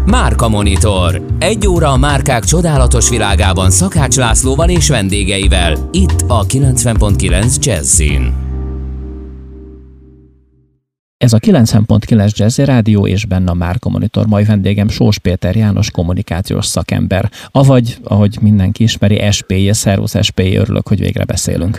Márka Monitor. Egy óra a márkák csodálatos világában Szakács Lászlóval és vendégeivel. Itt a 90.9 Jazzin. Ez a 90.9 Jazzy Rádió és benne a Márka Monitor. Mai vendégem Sós Péter János kommunikációs szakember. Avagy, ahogy mindenki ismeri, SPJ, szervusz SPJ, örülök, hogy végre beszélünk.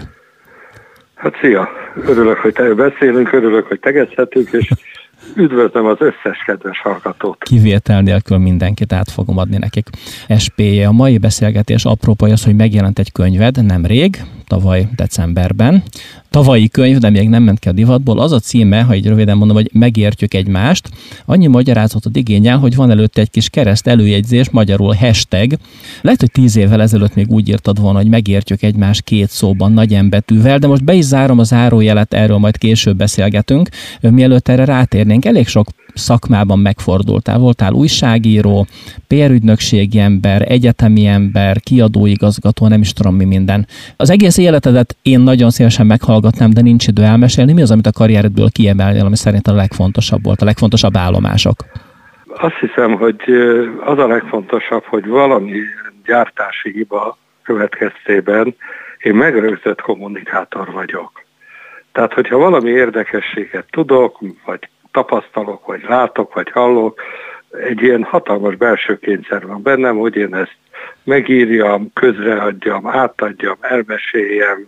Hát szia! Örülök, hogy beszélünk, örülök, hogy tegezhetünk, és üdvözlöm az összes kedves hallgatót. Kivétel nélkül mindenkit át fogom adni nekik. SPJ, a mai beszélgetés apropója az, hogy megjelent egy könyved nemrég, tavaly decemberben. Tavalyi könyv, de még nem ment ki a divatból. Az a címe, ha így röviden mondom, hogy Megértjük egymást. Annyi magyarázatot igényel, hogy van előtte egy kis kereszt előjegyzés, magyarul hashtag. Lehet, hogy 10 évvel ezelőtt még úgy írtad volna, hogy megértjük egymást 2 szóban, nagy embetűvel, de most be is zárom a zárójelet, erről majd később beszélgetünk. Mielőtt erre rátérnénk, elég sok szakmában megfordultál. Voltál újságíró, PR-ügynökségi ember, egyetemi ember, kiadóigazgató, nem is tudom mi minden. Az egész életedet én nagyon szívesen meghallgatnám, de nincs idő elmesélni. Mi az, amit a karrieredből kiemelnél, ami szerint a legfontosabb volt, a legfontosabb állomások? Azt hiszem, hogy az a legfontosabb, hogy valami gyártási hiba következtében én megrögzött kommunikátor vagyok. Tehát, hogyha valami érdekességet tudok, vagy tapasztalok, vagy látok, vagy hallok, egy ilyen hatalmas belső kényszer van bennem, hogy én ezt megírjam, közreadjam, átadjam, elmeséljem,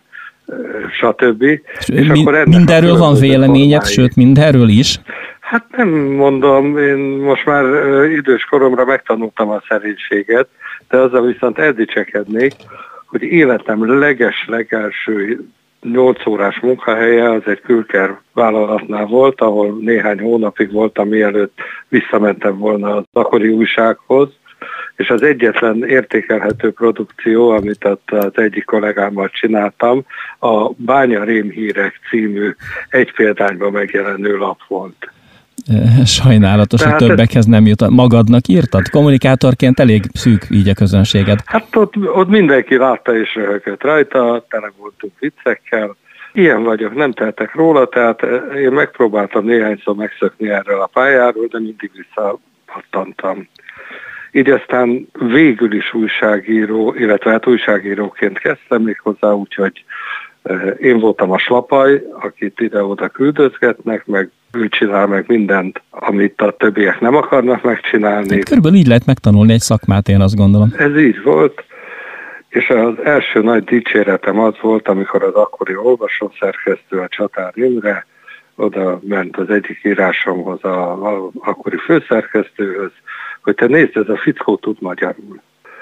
stb. És akkor mindenről van véleményed, sőt mindenről is? Hát nem mondom, én most már idős koromra megtanultam a szerénységet, de azzal viszont eldicsekednék, hogy életem legelső 8 órás munkahelye az egy külker vállalatnál volt, ahol néhány hónapig voltam, mielőtt visszamentem volna az akkori újsághoz, és az egyetlen értékelhető produkció, amit az egyik kollégámmal csináltam, a Bánya Rémhírek című egy példányban megjelenő lap volt. Sajnálatos, hogy többekhez nem jut. Magadnak írtad? Kommunikátorként elég szűk így a közönséged. Hát ott mindenki látta és röhögött rajta, tele voltunk viccekkel. Ilyen vagyok, nem tehetek róla, tehát én megpróbáltam néhányszor megszökni erről a pályáról, de mindig visszapattantam. Így aztán végül is újságíró, illetve hát újságíróként kezdtem még hozzá, úgyhogy én voltam a slapaj, akit ide-oda küldözgetnek, meg ő csinál meg mindent, amit a többiek nem akarnak megcsinálni. Körülbelül így lehet megtanulni egy szakmát, én azt gondolom. Ez így volt, és az első nagy dicséretem az volt, amikor az akkori olvasószerkesztő, a Csatár Imre, oda ment az egyik írásomhoz, az akkori főszerkesztőhöz, hogy te nézd, ez a fickó tud magyarul.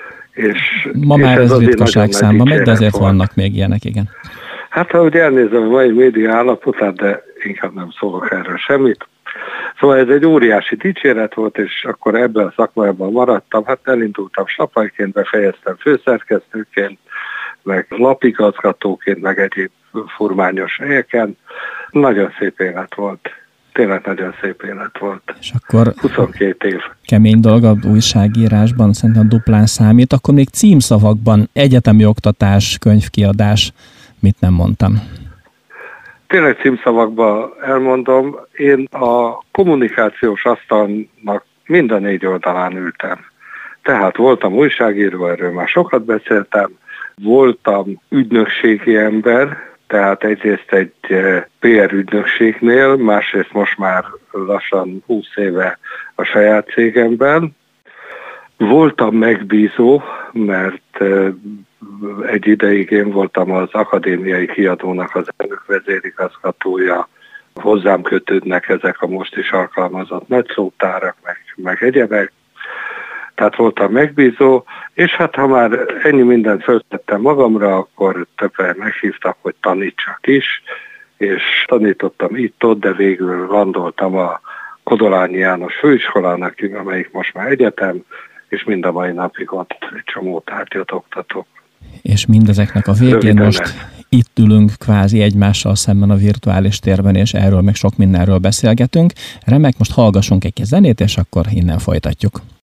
Ma már ez ritkaság számba megy, de azért vannak még ilyenek, igen. Hát, ahogy elnézem a mai média állapotát, de inkább nem szólok erről semmit. Szóval ez egy óriási dicséret volt, és akkor ebben a szakmában maradtam. Hát elindultam slapajként, befejeztem főszerkesztőként, meg lapigazgatóként, meg egyéb furmányos helyeken. Nagyon szép élet volt. Tényleg nagyon szép élet volt. És akkor 22 év. Kemény dolog a újságírásban, szerintem duplán számít. Akkor még címszavakban egyetemi oktatás, könyvkiadás, mit nem mondtam? Tényleg címszavakban elmondom, én a kommunikációs asztalnak mind a 4 oldalán ültem. Tehát voltam újságíró, erről már sokat beszéltem, voltam ügynökségi ember, tehát egyrészt egy PR ügynökségnél, másrészt most már lassan 20 éve a saját cégemben. Voltam megbízó, mert egy ideig én voltam az akadémiai kiadónak az elnök vezérigazgatója. Hozzám kötődnek ezek a most is alkalmazott nagyszótárak, meg egyebek. Tehát voltam megbízó, és hát ha már ennyi mindent föltettem magamra, akkor többen meghívtak, hogy tanítsak is, és tanítottam itt-ott, de végül landoltam a Kodolányi János főiskolának, amelyik most már egyetem, és mind a mai napig ott egy csomó tárgyat oktatok. És mindezeknek a végén röviden most itt ülünk kvázi egymással szemben a virtuális térben, és erről meg sok mindenről beszélgetünk. Remek, most hallgassunk egy kis zenét, és akkor innen folytatjuk.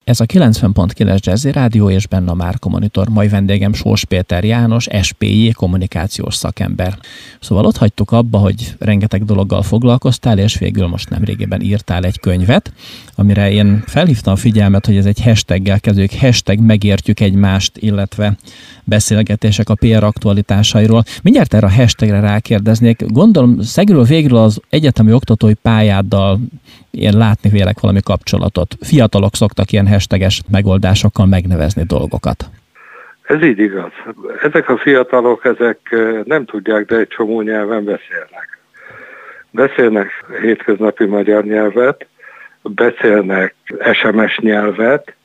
Ez a 90.9 Jazzy Rádió és benne a Márka Monitor. Mai vendégem Sós Péter János, SPJ kommunikációs szakember. Szóval ott hagytuk abba, hogy rengeteg dologgal foglalkoztál, és végül most nemrégiben írtál egy könyvet, amire én felhívtam a figyelmet, hogy ez egy hashtaggel kezdődik, hashtag megértjük egymást, illetve beszélgetések a PR aktualitásairól. Mindjárt erre a hashtagre rákérdeznék. Gondolom, szegről végül az egyetemi oktatói pályáddal én látni vélek valami kapcsolatot. Fiatalok szoktak ilyen hashtages megoldásokkal megnevezni dolgokat. Ez így igaz. Ezek a fiatalok, ezek nem tudják, de egy csomó nyelven beszélnek. Beszélnek hétköznapi magyar nyelvet, beszélnek SMS nyelvet,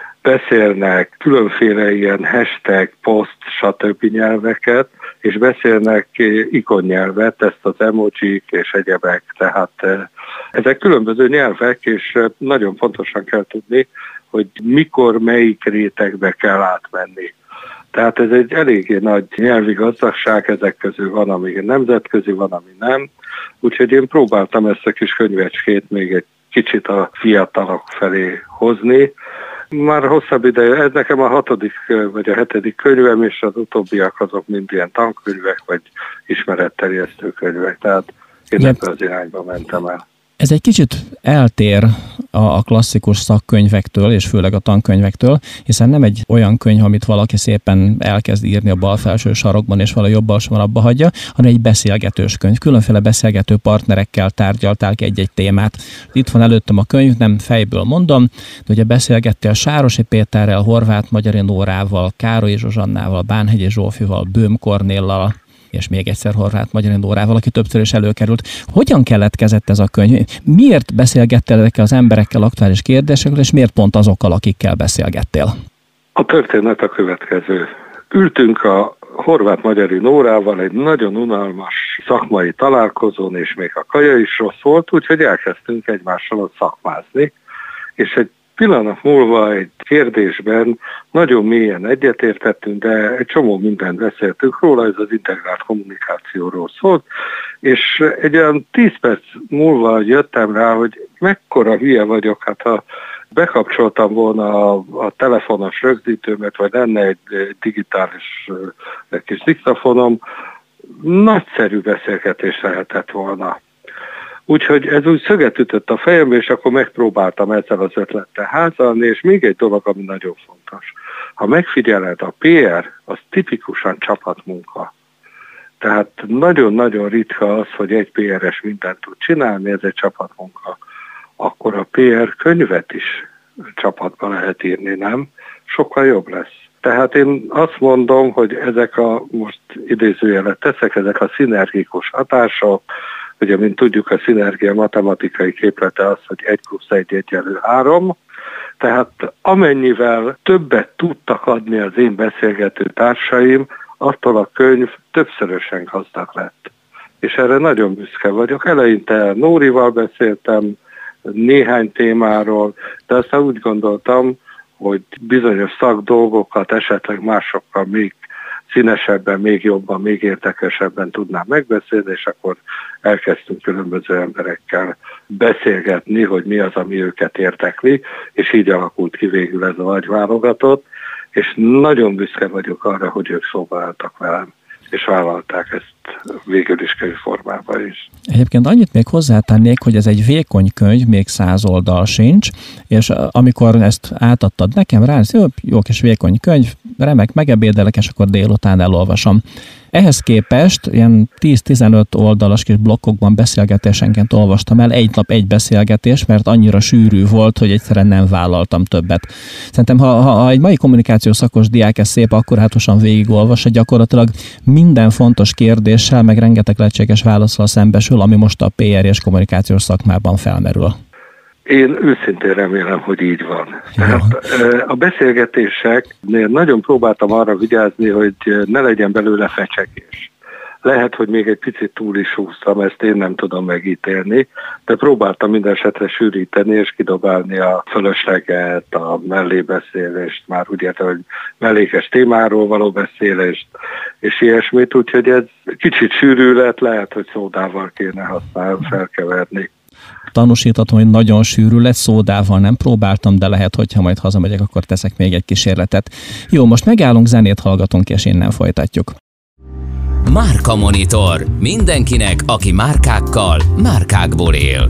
beszélnek különféle ilyen hashtag, poszt, stb. Nyelveket, és beszélnek ikonnyelvet, ezt az emojik és egyebek. Tehát ezek különböző nyelvek, és nagyon fontosan kell tudni, hogy mikor, melyik rétegbe kell átmenni. Tehát ez egy eléggé nagy nyelvi gazdagság, ezek közül van, ami nemzetközi, van, ami nem. Úgyhogy én próbáltam ezt a kis könyvecskét még egy kicsit a fiatalok felé hozni. Már hosszabb ideje, ez nekem a 6. vagy a 7. könyvem, és az utóbbiak azok mind ilyen tankönyvek, vagy ismeretterjesztő könyvek. Tehát én ebben az irányba mentem el. Ez egy kicsit eltér a klasszikus szakkönyvektől, és főleg a tankönyvektől, hiszen nem egy olyan könyv, amit valaki szépen elkezd írni a bal felső sarokban, és valahogy jobb alsóban abba hagyja, hanem egy beszélgetős könyv. Különféle beszélgető partnerekkel tárgyaltál ki egy-egy témát. Itt van előttem a könyv, nem fejből mondom, de ugye beszélgettél Sárosi Péterrel, Horváth Magyari Nórával, Károly Zsuzsannával, Bánhegyi Zsófival, Böhm Kornéllal, és még egyszer Horváth Magyari Nórával, aki többször is előkerült. Hogyan keletkezett ez a könyv? Miért beszélgettél ezekkel az emberekkel aktuális kérdésekről, és miért pont azokkal, akikkel beszélgettél? A történet a következő. Ültünk a Horváth Magyari Nórával egy nagyon unalmas szakmai találkozón, és még a kaja is rossz volt, úgyhogy elkezdtünk egymással ott szakmázni, és egy pillanat múlva egy kérdésben nagyon mélyen egyetértettünk, de egy csomó mindent beszéltünk róla, ez az integrált kommunikációról szólt, és egy olyan 10 perc múlva jöttem rá, hogy mekkora hülye vagyok, hát ha bekapcsoltam volna a telefonos rögzítőmet, vagy lenne egy digitális kis diktafonom, nagyszerű beszélgetés lehetett volna. Úgyhogy ez úgy szöget ütött a fejembe, és akkor megpróbáltam ezzel az ötlettel házalni, és még egy dolog, ami nagyon fontos. Ha megfigyeled, a PR az tipikusan csapatmunka. Tehát nagyon-nagyon ritka az, hogy egy PR-es mindent tud csinálni, ez egy csapatmunka. Akkor a PR könyvet is csapatba lehet írni, nem? Sokkal jobb lesz. Tehát én azt mondom, hogy ezek a, most idézőjelet teszek, ezek a szinergikus hatások, ugye, mint tudjuk, a szinergia matematikai képlete az, hogy 1+1=3, tehát amennyivel többet tudtak adni az én beszélgető társaim, attól a könyv többszörösen gazdag lett. És erre nagyon büszke vagyok. Eleinte Nórival beszéltem néhány témáról, de aztán úgy gondoltam, hogy bizonyos szakdolgokat esetleg másokkal még színesebben, még jobban, még érdekesebben tudnám megbeszélni, és akkor elkezdtünk különböző emberekkel beszélgetni, hogy mi az, ami őket érdekli, és így alakult ki végül ez a nagy válogatott, és nagyon büszke vagyok arra, hogy ők szóba álltak velem, és vállalták ezt végül is könyvformában is. Egyébként annyit még hozzátennék, hogy ez egy vékony könyv, még 100 oldal sincs, és amikor ezt átadtad nekem, rá, jó kis vékony könyv, remek, megebédelek, és akkor délután elolvasom. Ehhez képest ilyen 10-15 oldalas kis blokkokban beszélgetésenként olvastam el, egy nap egy beszélgetés, mert annyira sűrű volt, hogy egyszerűen nem vállaltam többet. Szerintem, ha egy mai kommunikációs szakos diák ezt szép akkurátusan végigolvas, gyakorlatilag minden fontos kérdéssel, meg rengeteg lehetséges válaszsal szembesül, ami most a PR és kommunikációs szakmában felmerül. Én őszintén remélem, hogy így van. Tehát a beszélgetéseknél nagyon próbáltam arra vigyázni, hogy ne legyen belőle fecsegés. Lehet, hogy még egy picit túl is húztam, ezt én nem tudom megítélni, de próbáltam minden esetre sűríteni és kidobálni a fölösleget, a mellébeszélést, már úgy értem, hogy mellékes témáról való beszélést, és ilyesmit, úgyhogy ez kicsit sűrű lett, lehet, hogy szódával kéne használni, felkeverni. Tanúsíthatom, hogy nagyon sűrű lett, szódával nem próbáltam, de lehet, hogyha majd hazamegyek, akkor teszek még egy kísérletet. Jó, most megállunk, zenét hallgatunk, és innen folytatjuk. Márka Monitor. Mindenkinek, aki márkákkal, márkákból él.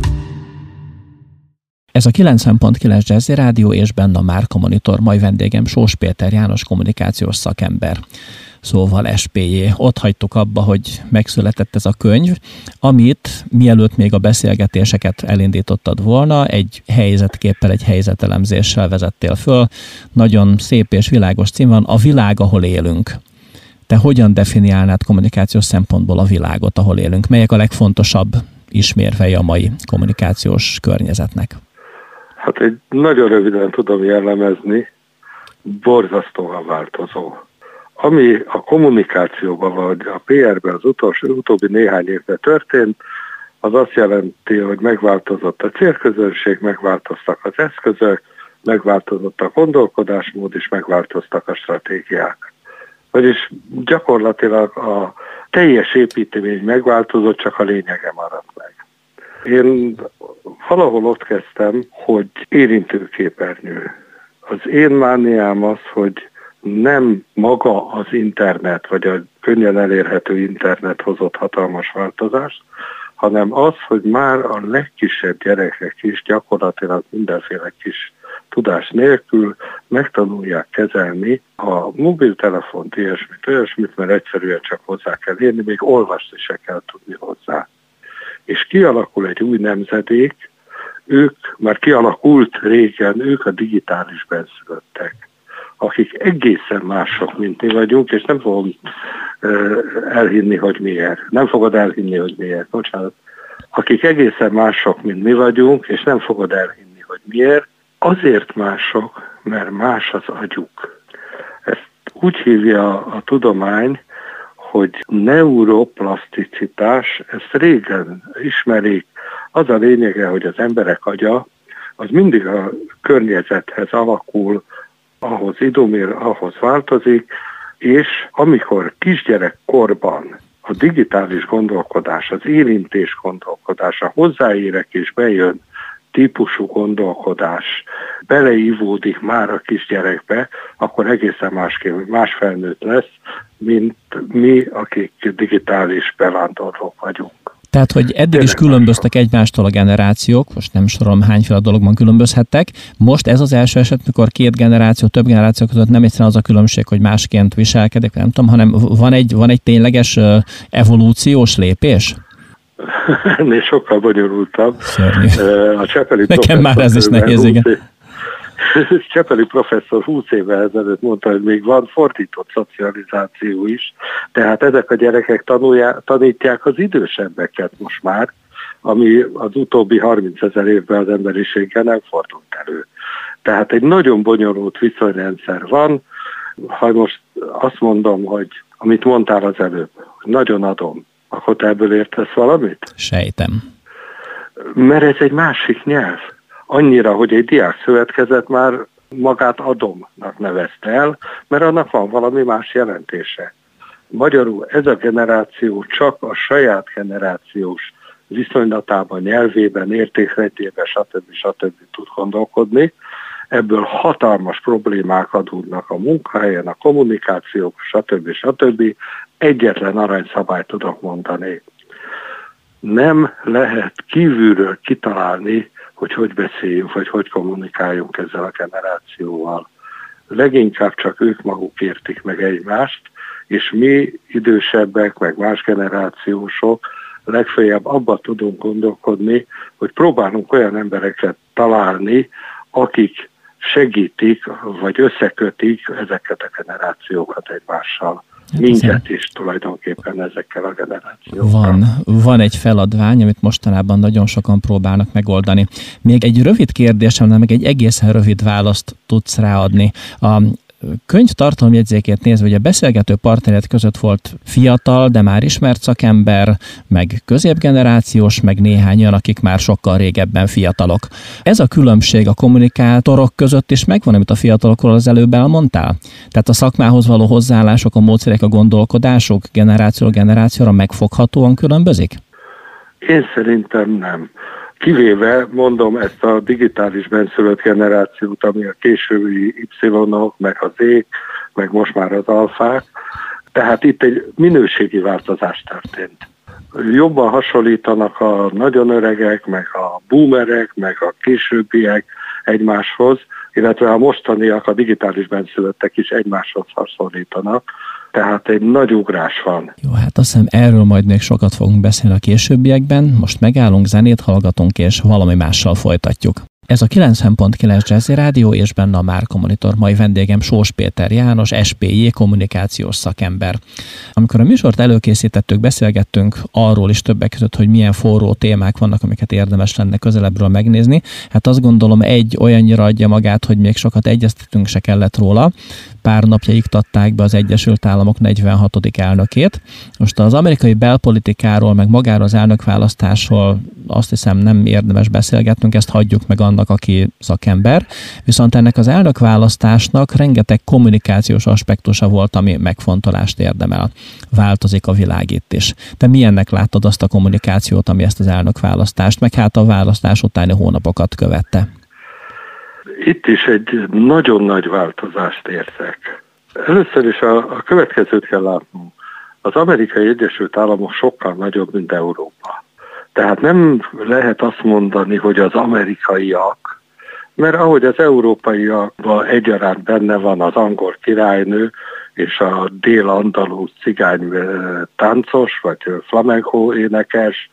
Ez a 90.9 Jazzy Rádió, és benne a Márka Monitor, mai vendégem Sós Péter János, kommunikációs szakember. Szóval SPJ. Ott hagytuk abba, hogy megszületett ez a könyv, amit mielőtt még a beszélgetéseket elindítottad volna, egy helyzetképpel, egy helyzetelemzéssel vezettél föl. Nagyon szép és világos cím van, A világ, ahol élünk. Te hogyan definiálnád kommunikációs szempontból a világot, ahol élünk? Melyek a legfontosabb ismérvei a mai kommunikációs környezetnek? Hát egy nagyon röviden tudom jellemezni, borzasztóan változó. Ami a kommunikációban vagy a PR-ben az utóbbi néhány évben történt, az azt jelenti, hogy megváltozott a célközönség, megváltoztak az eszközök, megváltozott a gondolkodásmód, és megváltoztak a stratégiák. Vagyis gyakorlatilag a teljes építmény megváltozott, csak a lényege maradt meg. Én valahol ott kezdtem, hogy érintőképernyő. Az én mániám az, hogy nem maga az internet, vagy a könnyen elérhető internet hozott hatalmas változást, hanem az, hogy már a legkisebb gyerekek is gyakorlatilag mindenféle kis tudás nélkül megtanulják kezelni a mobiltelefont, olyasmit, mert egyszerűen csak hozzá kell érni, még olvasni se kell tudni hozzá. És kialakul egy új nemzedék, ők már kialakult régen, ők a digitális benszülöttek, akik egészen mások, mint mi vagyunk, és nem fogom elhinni, hogy miért. Nem fogod elhinni, hogy miért. Bocsánat. Akik egészen mások, mint mi vagyunk, és nem fogod elhinni, hogy miért. Azért mások, mert más az agyuk. Ezt úgy hívja a tudomány, hogy neuroplaszticitás, ezt régen ismerik. Az a lényege, hogy az emberek agya, az mindig a környezethez alakul, ahhoz idomír, ahhoz változik, és amikor kisgyerekkorban a digitális gondolkodás, az érintés gondolkodás, a hozzáérek és bejön típusú gondolkodás beleívódik már a kisgyerekbe, akkor egészen más felnőtt lesz, mint mi, akik digitális bevándorlók vagyunk. Tehát, hogy eddig is különböztek egymástól a generációk, most nem sorolom hányféle dologban különbözhettek, most ez az első eset, mikor két generáció, több generáció között nem egyszerűen az a különbség, hogy másként viselkedik, nem tudom, hanem van egy tényleges evolúciós lépés? Ennél sokkal bonyolultabb. Szörnyű. A Csepeli nekem már ez is nehéz, igen. Csepeli professzor 20 évvel ezelőtt mondta, hogy még van fordított szocializáció is, tehát ezek a gyerekek tanítják az idősebbeket most már, ami az utóbbi 30 000 évben az emberiséggel nem fordult elő. Tehát egy nagyon bonyolult viszonyrendszer van. Ha most azt mondom, hogy amit mondtál az előbb, hogy nagyon adom, akkor te ebből értesz valamit? Sejtem. Mert ez egy másik nyelv. Annyira, hogy egy diákszövetkezet már magát adomnak nevezte el, mert annak van valami más jelentése. Magyarul ez a generáció csak a saját generációs viszonylatában, nyelvében, értékrendjében, stb. Tud gondolkodni. Ebből hatalmas problémák adódnak a munkahelyen, a kommunikációk, stb. Egyetlen aranyszabályt tudok mondani. Nem lehet kívülről kitalálni, hogy beszéljünk, vagy hogy kommunikáljunk ezzel a generációval. Leginkább csak ők maguk értik meg egymást, és mi idősebbek, meg más generációsok legfeljebb abba tudunk gondolkodni, hogy próbálunk olyan embereket találni, akik segítik, vagy összekötik ezeket a generációkat egymással. Minket is tulajdonképpen ezekkel a generációkkal. Van egy feladvány, amit mostanában nagyon sokan próbálnak megoldani. Még egy rövid kérdésem, meg egy egészen rövid választ tudsz ráadni. A könyv tartalomjegyzékét nézve, hogy a beszélgető partnered között volt fiatal, de már ismert szakember, meg középgenerációs, meg néhány olyan, akik már sokkal régebben fiatalok. Ez a különbség a kommunikátorok között is megvan, amit a fiatalokról az előbb elmondtál? Tehát a szakmához való hozzáállások, a módszerek, a gondolkodások generációra megfoghatóan különbözik? Én szerintem nem. Kivéve, mondom, ezt a digitális benszülött generációt, ami a későbbi Y-ok, meg az Z-k, meg most már az alfák. Tehát itt egy minőségi változás történt. Jobban hasonlítanak a nagyon öregek, meg a boomerek, meg a későbbiek egymáshoz, illetve a mostaniak, a digitális benszülöttek is egymáshoz hasonlítanak. Tehát egy nagy ugrás van. Jó, hát azt hiszem erről majd még sokat fogunk beszélni a későbbiekben. Most megállunk, zenét hallgatunk, és valami mással folytatjuk. Ez a 90.9 Jazzy Rádió, és benne a Márka Monitor. Mai vendégem Sós Péter János, SPJ kommunikációs szakember. Amikor a műsort előkészítettük, beszélgettünk arról is többek között, hogy milyen forró témák vannak, amiket érdemes lenne közelebbről megnézni. Hát azt gondolom, egy olyannyira adja magát, hogy még sokat egyeztetünk se kellett róla. Pár napja iktatták be az Egyesült Államok 46. elnökét. Most az amerikai belpolitikáról, meg magáról az elnökválasztásról azt hiszem nem érdemes beszélgetnünk, ezt hagyjuk meg annak, aki szakember. Viszont ennek az elnökválasztásnak rengeteg kommunikációs aspektusa volt, ami megfontolást érdemel. Változik a világ itt is. Te milyennek láttad azt a kommunikációt, ami ezt az elnökválasztást, meg hát a választás utáni hónapokat követte? Itt is egy nagyon nagy változást érzek. Először is a következőt kell látnunk. Az Amerikai Egyesült Államok sokkal nagyobb, mint Európa. Tehát nem lehet azt mondani, hogy az amerikaiak, mert ahogy az európaiakban egyaránt benne van az angol királynő és a dél-andalúz cigány táncos, vagy flamenco énekes,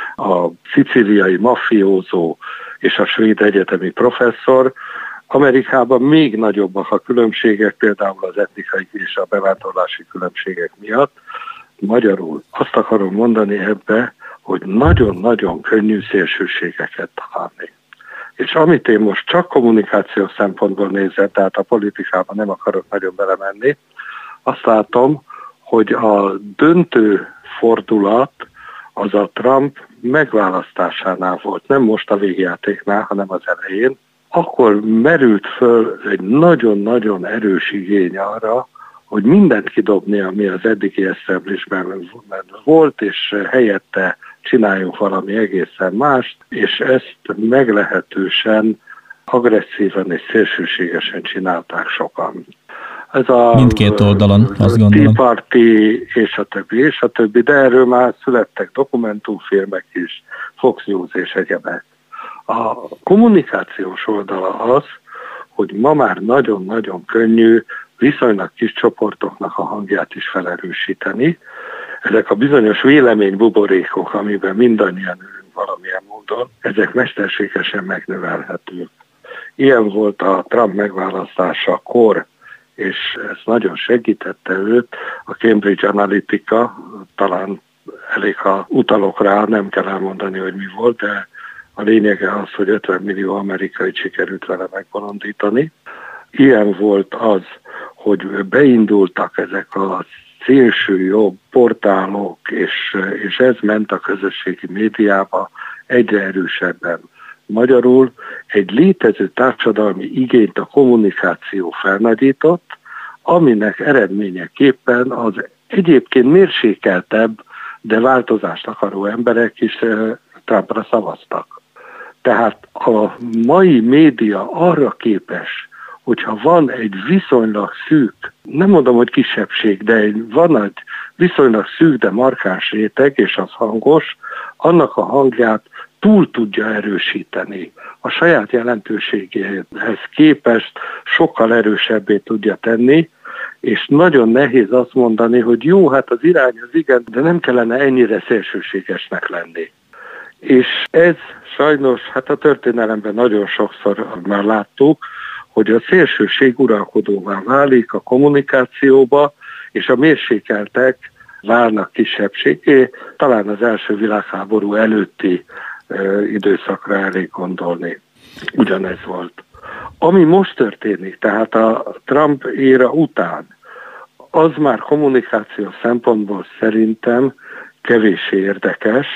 a szicíliai mafiózó és a svéd egyetemi professzor, Amerikában még nagyobbak a különbségek, például az etnikai és a bevándorlási különbségek miatt. Magyarul azt akarom mondani ebbe, hogy nagyon-nagyon könnyű szélsőségeket találni. És amit én most csak kommunikációs szempontból nézem, tehát a politikában nem akarok nagyon belemenni, azt látom, hogy a döntő fordulat az a Trump megválasztásánál volt, nem most a végjátéknál, hanem az elején. Akkor merült föl egy nagyon-nagyon erős igény arra, hogy mindent kidobni, ami az eddigi establishmentben volt, és helyette csináljunk valami egészen mást, és ezt meglehetősen agresszíven és szélsőségesen csinálták sokan. Ez a mindkét oldalon, azt gondolom. Tea Party és a többi, de erről már születtek dokumentumfilmek is, Fox News és egyebek. A kommunikációs oldala az, hogy ma már nagyon-nagyon könnyű viszonylag kis csoportoknak a hangját is felerősíteni. Ezek a bizonyos véleménybuborékok, amiben mindannyian ülünk valamilyen módon, ezek mesterségesen megnövelhetők. Ilyen volt a Trump megválasztásakor, és ez nagyon segítette őt, a Cambridge Analytica, talán elég, ha utalok rá, nem kell elmondani, hogy mi volt, de a lényege az, hogy 50 millió amerikai sikerült vele megbolondítani. Ilyen volt az, hogy beindultak ezek a szélső jobb portálok, és ez ment a közösségi médiába egyre erősebben. Magyarul egy létező társadalmi igényt a kommunikáció felnagyított, aminek eredményeképpen az egyébként mérsékeltebb, de változást akaró emberek is Trumpra szavaztak. Tehát a mai média arra képes, hogyha van egy viszonylag szűk, nem mondom, hogy kisebbség, de van egy viszonylag szűk, de markáns réteg, és az hangos, annak a hangját túl tudja erősíteni. A saját jelentőségéhez képest sokkal erősebbé tudja tenni, és nagyon nehéz azt mondani, hogy jó, hát az irány az igen, de nem kellene ennyire szélsőségesnek lenni. És ez sajnos, hát a történelemben nagyon sokszor már láttuk, hogy a szélsőség uralkodóvá válik a kommunikációba, és a mérsékeltek válnak kisebbségé. Talán az első világháború előtti időszakra elég gondolni. Ugyanez volt. Ami most történik, tehát a Trump éra után, az már kommunikáció szempontból szerintem kevéssé érdekes.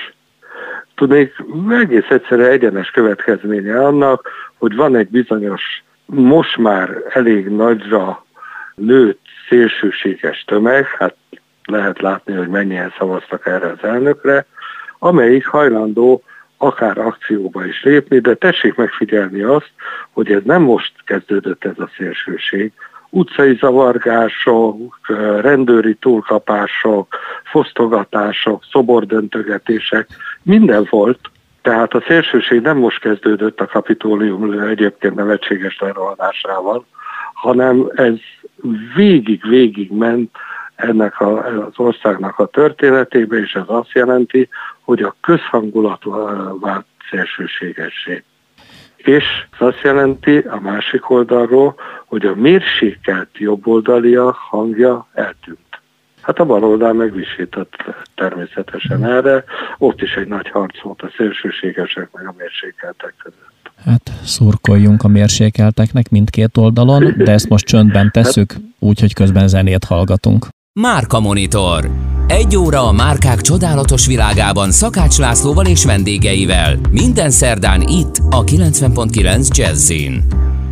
Tudnék, egész egyszerűen egyenes következménye annak, hogy van egy bizonyos, most már elég nagyra nőtt szélsőséges tömeg, hát lehet látni, hogy mennyien szavaztak erre az elnökre, amelyik hajlandó akár akcióba is lépni, de tessék megfigyelni azt, hogy ez nem most kezdődött ez a szélsőség. Utcai zavargások, rendőri túlkapások, fosztogatások, szobordöntögetések, minden volt. Tehát a szélsőség nem most kezdődött a Kapitólium egyébként nevetséges lerohanásával, hanem ez végig ment ennek az országnak a történetébe, és ez azt jelenti, hogy a közhangulat vált szélsőségessé. És ez azt jelenti a másik oldalról, hogy a mérsékelt jobboldaliak hangja eltűnt. Hát a baloldal megvisított természetesen erre, ott is egy nagy harc volt a szélsőségesek meg a mérsékeltek között. Hát szurkoljunk a mérsékelteknek mindkét oldalon, de ezt most csöndben tesszük, úgyhogy közben zenét hallgatunk. Márka Monitor. 1 óra a márkák csodálatos világában Szakács Lászlóval és vendégeivel. Minden szerdán itt a 90.9 Jazzin.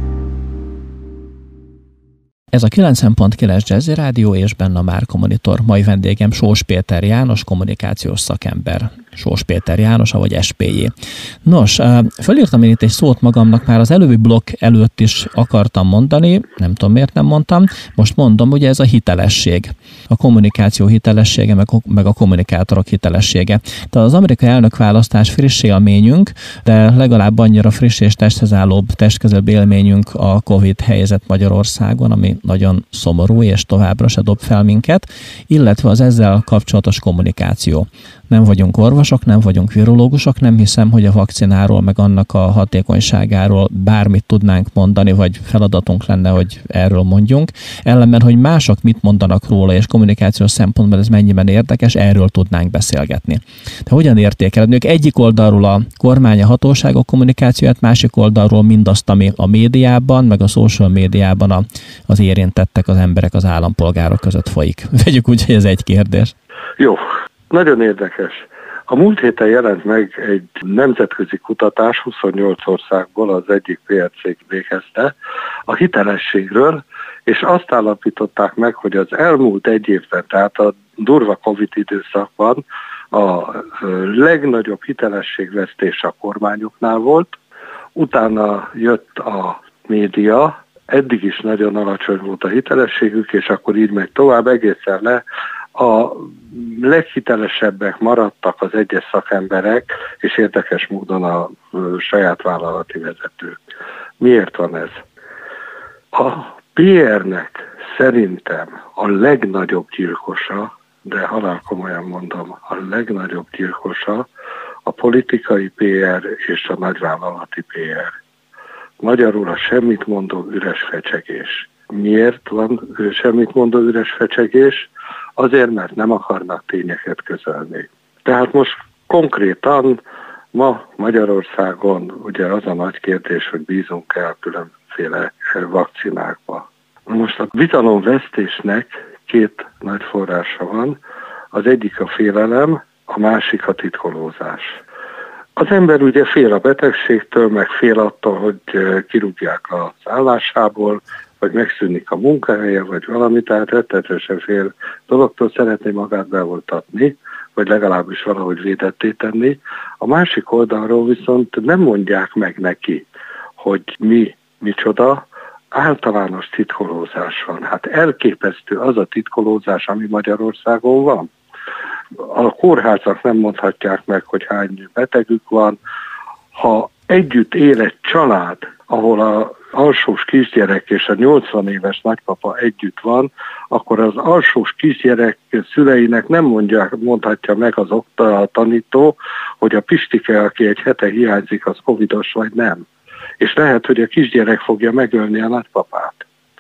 Ez a 90.9 Jazzy Rádió és benne a Márka Monitor. Mai vendégem Sós Péter János, kommunikációs szakember. Sós Péter János, avagy SPJ. Nos, felírtam én itt egy szót magamnak, már az előbbi blokk előtt is akartam mondani, nem tudom miért nem mondtam, most mondom, ugye ez a hitelesség. A kommunikáció hitelessége, meg a kommunikátorok hitelessége. Tehát az amerikai elnökválasztás friss élményünk, de legalább annyira friss és testhez állóbb, testközelebb élményünk a Covid helyzet Magyarországon, ami nagyon szomorú és továbbra se dob fel minket, illetve az ezzel kapcsolatos kommunikáció. Nem vagyunk orvosok, nem vagyunk virológusok, nem hiszem, hogy a vakcináról, meg annak a hatékonyságáról bármit tudnánk mondani, vagy feladatunk lenne, hogy erről mondjunk. Ellenben, hogy mások mit mondanak róla, és kommunikációs szempontból ez mennyiben érdekes, erről tudnánk beszélgetni. De hogyan értékeled? Egyik oldalról a kormány, a hatóságok kommunikációját, másik oldalról mindazt, ami a médiában, meg a social médiában az érintettek, az emberek, az állampolgárok között folyik. Vegyük úgy, hogy ez egy kérdés. Jó. Nagyon érdekes. A múlt héten jelent meg egy nemzetközi kutatás, 28 országból az egyik PR cég végezte, a hitelességről, és azt állapították meg, hogy az elmúlt egy évben, tehát a durva Covid időszakban a legnagyobb hitelességvesztés a kormányoknál volt, utána jött a média, eddig is nagyon alacsony volt a hitelességük, és akkor így megy tovább egészen le. A leghitelesebbek maradtak az egyes szakemberek, és érdekes módon a saját vállalati vezetők. Miért van ez? A PR-nek szerintem a legnagyobb gyilkosa, de halálkomolyan mondom, a legnagyobb gyilkosa a politikai PR és a nagyvállalati PR. Magyarul a semmit mondó üres fecsegés. Miért van semmit mondó üres fecsegés? Azért, mert nem akarnak tényeket közölni. Tehát most konkrétan ma Magyarországon ugye az a nagy kérdés, hogy bízunk-e a különféle vakcinákba. Most a bizalomvesztésnek 2 nagy forrása van. Az egyik a félelem, a másik a titkolózás. Az ember ugye fél a betegségtől, meg fél attól, hogy kirúgják az állásából, vagy megszűnik a munkahelye, vagy valami, tehát rettenetesen fél dologtól szeretné magát beoltatni, vagy legalábbis valahogy védetté tenni. A másik oldalról viszont nem mondják meg neki, hogy micsoda, általános titkolózás van. Hát elképesztő az a titkolózás, ami Magyarországon van. A kórházak nem mondhatják meg, hogy hány betegük van. Ha együtt él egy család, ahol az alsós kisgyerek és a 80 éves nagypapa együtt van, akkor az alsós kisgyerek szüleinek nem mondhatja meg az tanító, hogy a Pistike, aki egy hete hiányzik, az covidos vagy nem. És lehet, hogy a kisgyerek fogja megölni a nagypapát.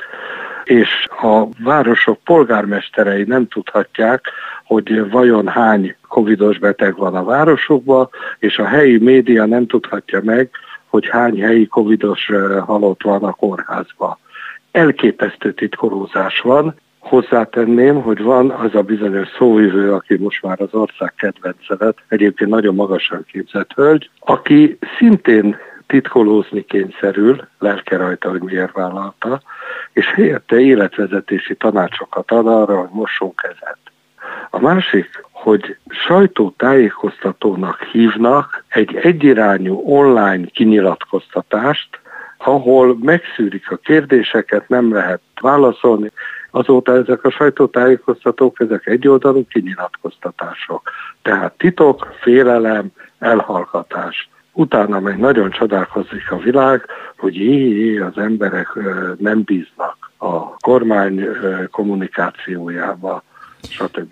És a városok polgármesterei nem tudhatják, hogy vajon hány covidos beteg van a városokban, és a helyi média nem tudhatja meg, hogy hány helyi covidos halott van a kórházban. Elképesztő titkolózás van. Hozzátenném, hogy van az a bizonyos szóvivő, aki most már az ország kedvence lett, egyébként nagyon magasan képzett hölgy, aki szintén titkolózni kényszerül, lelke rajta, hogy miért vállalta, és helyette életvezetési tanácsokat ad arra, hogy mossunk kezet. A másik, hogy sajtótájékoztatónak hívnak egy egyirányú online kinyilatkoztatást, ahol megszűrik a kérdéseket, nem lehet válaszolni. Azóta ezek a sajtótájékoztatók, ezek egyoldalú kinyilatkoztatások. Tehát titok, félelem, elhallgatás. Utána meg nagyon csodálkozik a világ, hogy az emberek nem bíznak a kormány kommunikációjába, stb.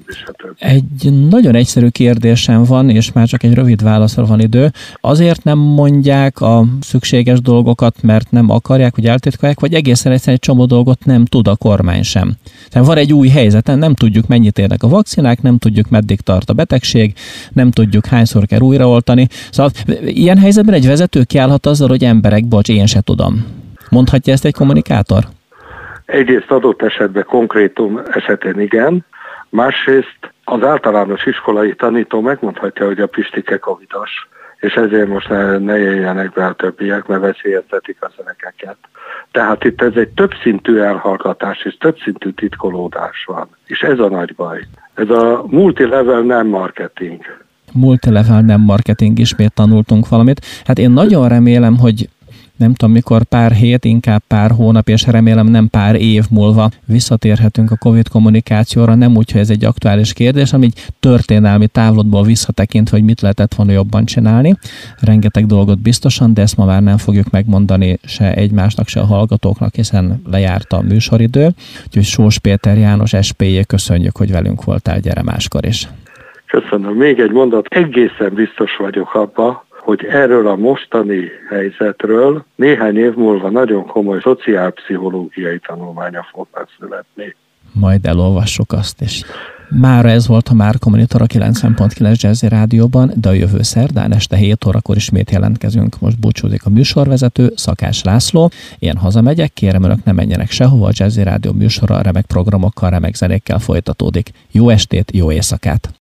Egy nagyon egyszerű kérdésem van, és már csak egy rövid válaszra van idő. Azért nem mondják a szükséges dolgokat, mert nem akarják, hogy eltitkolják, vagy egészen egyszerűen egy csomó dolgot nem tud a kormány sem. Tehát van egy új helyzet, nem tudjuk, mennyit érnek a vakcinák, nem tudjuk, meddig tart a betegség, nem tudjuk, hányszor kell újraoltani. Szóval ilyen helyzetben egy vezető kiállhat azzal, hogy emberek, bocs, én se tudom. Mondhatja ezt egy kommunikátor? Egyrészt adott esetben konkrétum esetén igen, másrészt az általános iskolai tanító megmondhatja, hogy a Pistike covidos, és ezért most ne jöjjenek be a többiek, mert veszélyeztetik a gyerekeket. Tehát itt ez egy többszintű elhallgatás és többszintű titkolódás van, és ez a nagy baj. Ez a multilevel nem marketing. Multilevel nem marketing, ismét tanultunk valamit. Hát én nagyon remélem, hogy nem tudom mikor, pár hét, inkább pár hónap, és remélem nem pár év múlva visszatérhetünk a Covid kommunikációra, nem úgy, hogy ez egy aktuális kérdés, hanem így történelmi távlatból visszatekintve, hogy mit lehetett volna jobban csinálni. Rengeteg dolgot biztosan, de ezt ma már nem fogjuk megmondani se egymásnak, se a hallgatóknak, hiszen lejárt a műsoridő. Úgyhogy Sós Péter János, SPJ, köszönjük, hogy velünk voltál, gyere máskor is. Köszönöm. Még egy mondat, egészen biztos vagyok abba, hogy erről a mostani helyzetről néhány év múlva nagyon komoly szociálpszichológiai tanulmánya fog megszületni. Majd elolvassuk azt is. Mára ez volt a Márka Monitor a 90.9 Jazzy Rádióban, de a jövő szerdán este 7 órakor ismét jelentkezünk. Most búcsúzik a műsorvezető, Szakács László. Én hazamegyek, kérem önök ne menjenek sehova, a Jazzy Rádió műsora remek programokkal, remek zenékkel folytatódik. Jó estét, jó éjszakát!